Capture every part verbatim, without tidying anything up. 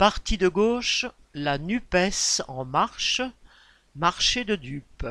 Parti de gauche, la NUPES en marche, marché de dupes.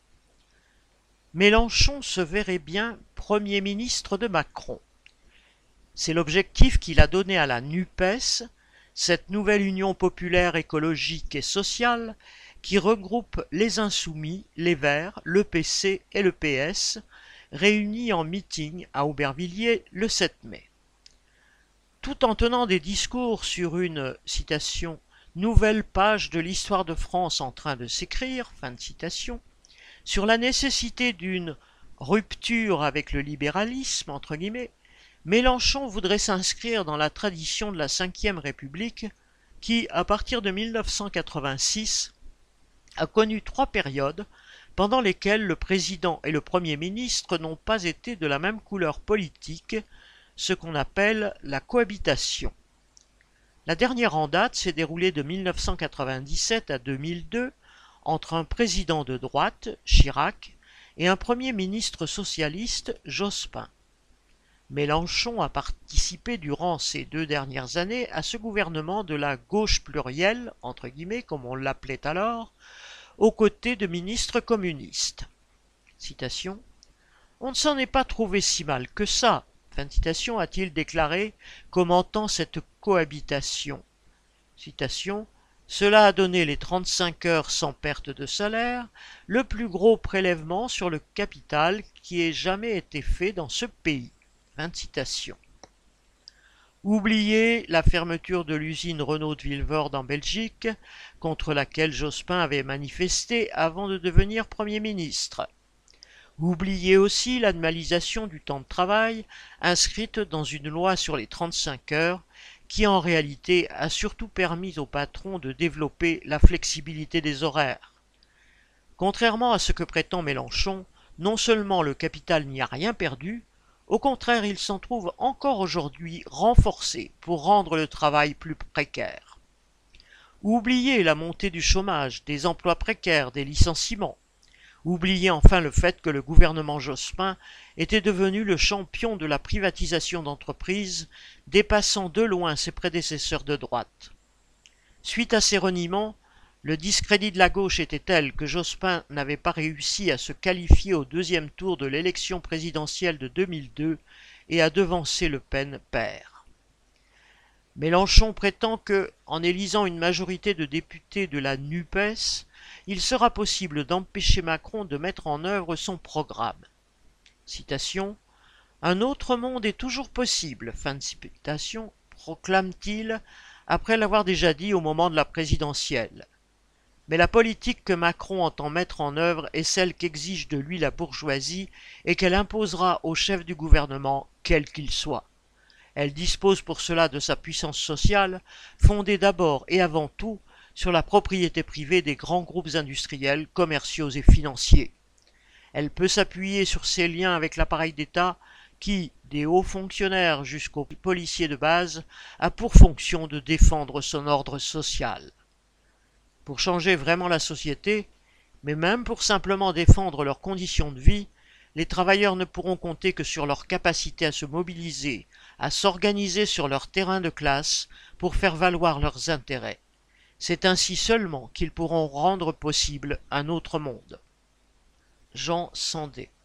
Mélenchon se verrait bien Premier ministre de Macron. C'est l'objectif qu'il a donné à la NUPES, cette nouvelle union populaire écologique et sociale qui regroupe les Insoumis, les Verts, le P C et le P S, réunis en meeting à Aubervilliers le sept mai. Tout en tenant des discours sur une, citation, « nouvelle page de l'histoire de France en train de s'écrire », fin de citation, sur la nécessité d'une « rupture avec le libéralisme », entre guillemets, Mélenchon voudrait s'inscrire dans la tradition de la Cinquième République qui, à partir de mille neuf cent quatre-vingt-six, a connu trois périodes pendant lesquelles le président et le Premier ministre n'ont pas été de la même couleur politique, ce qu'on appelle la cohabitation. La dernière en date s'est déroulée de mille neuf cent quatre-vingt-dix-sept à deux mille deux entre un président de droite, Chirac, et un Premier ministre socialiste, Jospin. Mélenchon a participé durant ces deux dernières années à ce gouvernement de la gauche plurielle, entre guillemets, comme on l'appelait alors, aux côtés de ministres communistes. Citation. « On ne s'en est pas trouvé si mal que ça », fin de citation, a-t-il déclaré, commentant cette cohabitation. Citation. « Cela a donné les trente-cinq heures sans perte de salaire, le plus gros prélèvement sur le capital qui ait jamais été fait dans ce pays. » Fin de citation. Oubliez la fermeture de l'usine Renault de Vilvoorde en Belgique, contre laquelle Jospin avait manifesté avant de devenir Premier ministre. Oubliez aussi l'annualisation du temps de travail inscrite dans une loi sur les trente-cinq heures qui en réalité a surtout permis aux patrons de développer la flexibilité des horaires. Contrairement à ce que prétend Mélenchon, non seulement le capital n'y a rien perdu, au contraire il s'en trouve encore aujourd'hui renforcé pour rendre le travail plus précaire. Oubliez la montée du chômage, des emplois précaires, des licenciements. Oubliez enfin le fait que le gouvernement Jospin était devenu le champion de la privatisation d'entreprises, dépassant de loin ses prédécesseurs de droite. Suite à ces reniements, le discrédit de la gauche était tel que Jospin n'avait pas réussi à se qualifier au deuxième tour de l'élection présidentielle de deux mille deux et à devancer Le Pen père. Mélenchon prétend que, en élisant une majorité de députés de la NUPES, il sera possible d'empêcher Macron de mettre en œuvre son programme. Citation. « Un autre monde est toujours possible », fin de citation, proclame-t-il, après l'avoir déjà dit au moment de la présidentielle. Mais la politique que Macron entend mettre en œuvre est celle qu'exige de lui la bourgeoisie et qu'elle imposera au chef du gouvernement, quel qu'il soit. Elle dispose pour cela de sa puissance sociale, fondée d'abord et avant tout sur la propriété privée des grands groupes industriels, commerciaux et financiers. Elle peut s'appuyer sur ses liens avec l'appareil d'État qui, des hauts fonctionnaires jusqu'aux policiers de base, a pour fonction de défendre son ordre social. Pour changer vraiment la société, mais même pour simplement défendre leurs conditions de vie, les travailleurs ne pourront compter que sur leur capacité à se mobiliser, à s'organiser sur leur terrain de classe pour faire valoir leurs intérêts. C'est ainsi seulement qu'ils pourront rendre possible un autre monde. Jean Sandé.